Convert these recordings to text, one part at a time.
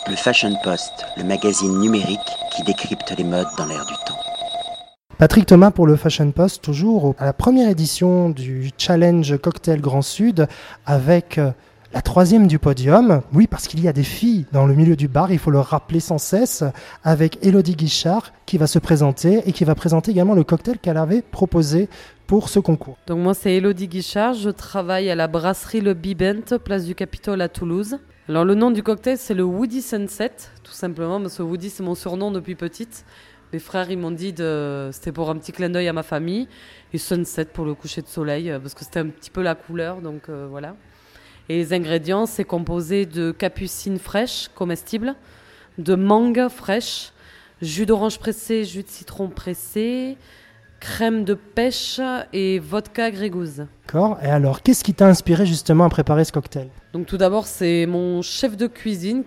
Le Fashion Post, le magazine numérique qui décrypte les modes dans l'air du temps. Patrick Thomas pour le Fashion Post, toujours à la première édition du Challenge Cocktail Grand Sud avec la troisième du podium. Oui, parce qu'il y a des filles dans le milieu du bar, il faut le rappeler sans cesse, avec Élodie Guichard qui va se présenter et qui va présenter également le cocktail qu'elle avait proposé pour ce concours. Donc moi c'est Élodie Guichard, je travaille à la brasserie Le Bibent, place du Capitole à Toulouse. Alors le nom du cocktail c'est le Woody Sunset, tout simplement parce que Woody c'est mon surnom depuis petite. Mes frères ils m'ont dit c'était pour un petit clin d'œil à ma famille, et Sunset pour le coucher de soleil, parce que c'était un petit peu la couleur, donc voilà. Et les ingrédients, c'est composé de capucine fraîche, comestible, de mangue fraîche, jus d'orange pressé, jus de citron pressé, crème de pêche et vodka grégouze. D'accord. Et alors, qu'est-ce qui t'a inspiré justement à préparer ce cocktail ? Donc tout d'abord, c'est mon chef de cuisine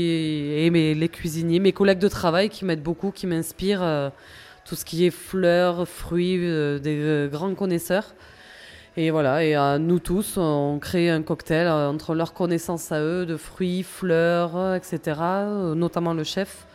et les cuisiniers, mes collègues de travail qui m'aident beaucoup, qui m'inspirent tout ce qui est fleurs, fruits, des grands connaisseurs. Et voilà, et à nous tous, on crée un cocktail entre leurs connaissances à eux, de fruits, fleurs, etc., notamment le chef.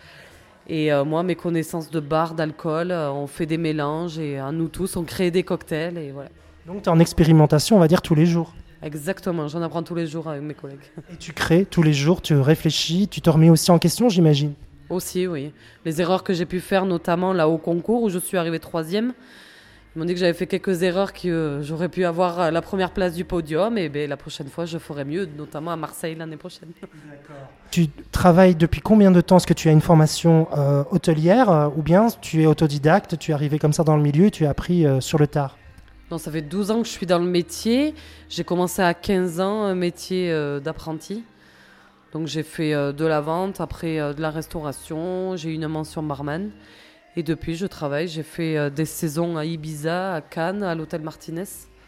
Et moi, mes connaissances de bar, d'alcool, on fait des mélanges et à nous tous, on crée des cocktails et voilà. Donc, tu es en expérimentation, on va dire, tous les jours. Exactement, j'en apprends tous les jours avec mes collègues. Et tu crées tous les jours, tu réfléchis, tu te remets aussi en question, j'imagine. Aussi, oui. Les erreurs que j'ai pu faire, notamment là au concours où je suis arrivée 3e. Ils m'ont dit que j'avais fait quelques erreurs, que j'aurais pu avoir la première place du podium. Et la prochaine fois, je ferai mieux, notamment à Marseille l'année prochaine. D'accord. Tu travailles depuis combien de temps ? Est-ce que tu as une formation hôtelière ou bien tu es autodidacte, tu es arrivé comme ça dans le milieu et tu as appris sur le tard ? Non, ça fait 12 ans que je suis dans le métier. J'ai commencé à 15 ans un métier d'apprenti. Donc j'ai fait de la vente, après de la restauration, j'ai eu une mention barman. Et depuis, je travaille. J'ai fait des saisons à Ibiza, à Cannes, à l'hôtel Martinez.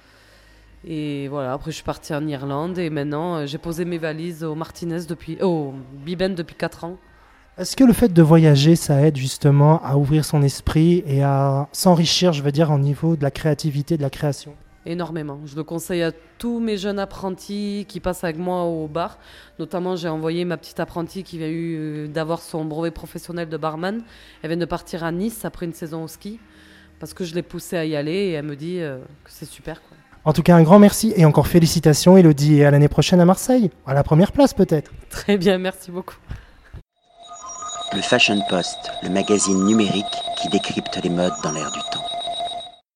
Et voilà, après je suis partie en Irlande et maintenant j'ai posé mes valises au Bibent depuis 4 ans. Est-ce que le fait de voyager, ça aide justement à ouvrir son esprit et à s'enrichir, je veux dire, au niveau de la créativité, de la création ? Énormément. Je le conseille à tous mes jeunes apprentis qui passent avec moi au bar. Notamment, j'ai envoyé ma petite apprentie qui vient d'avoir son brevet professionnel de barman. Elle vient de partir à Nice après une saison au ski parce que je l'ai poussée à y aller et elle me dit que c'est super, quoi. En tout cas, un grand merci et encore félicitations, Élodie, et à l'année prochaine à Marseille, à la première place peut-être. Très bien, merci beaucoup. Le Fashion Post, le magazine numérique qui décrypte les modes dans l'air du temps.